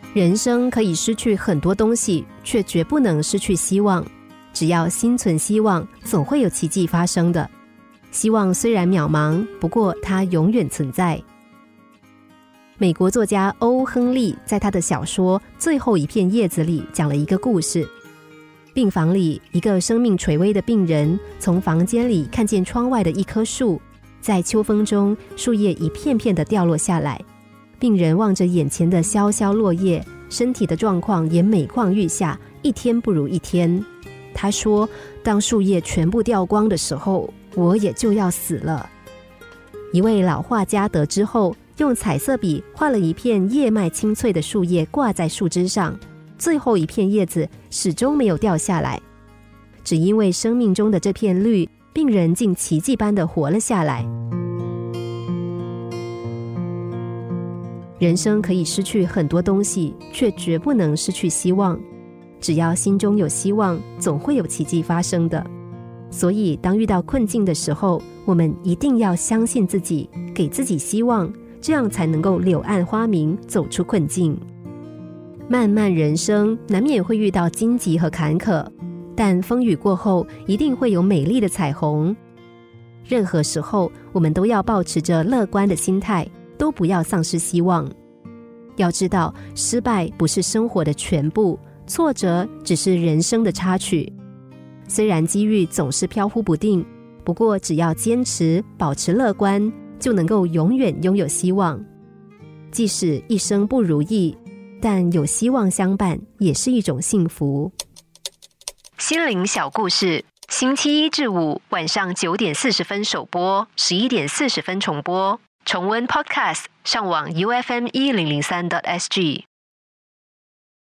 人生可以失去很多东西，却绝不能失去希望。只要心存希望，总会有奇迹发生的。希望虽然渺茫，不过它永远存在。美国作家欧·亨利在他的小说《最后一片叶子》里讲了一个故事。病房里，一个生命垂危的病人从房间里看见窗外的一棵树，在秋风中，树叶一片片地掉落下来。病人望着眼前的萧萧落叶，身体的状况也每况愈下，一天不如一天。他说，当树叶全部掉光的时候，我也就要死了。一位老画家得知后，用彩色笔画了一片叶脉青翠的树叶挂在树枝上，最后一片叶子始终没有掉下来。只因为生命中的这片绿，病人竟奇迹般地活了下来。人生可以失去很多东西，却绝不能失去希望。只要心中有希望，总会有奇迹发生的。所以当遇到困境的时候，我们一定要相信自己，给自己希望，这样才能够柳暗花明，走出困境。漫漫人生，难免会遇到荆棘和坎坷，但风雨过后，一定会有美丽的彩虹。任何时候，我们都要保持着乐观的心态，都不要丧失希望。要知道，失败不是生活的全部，挫折只是人生的插曲。虽然机遇总是飘忽不定，不过只要坚持，保持乐观，就能够永远拥有希望。即使一生不如意，但有希望相伴，也是一种幸福。心灵小故事，星期一至五晚上9点40分首播，11点40分重播。重温 Podcast， 上网 UFM1003.SG。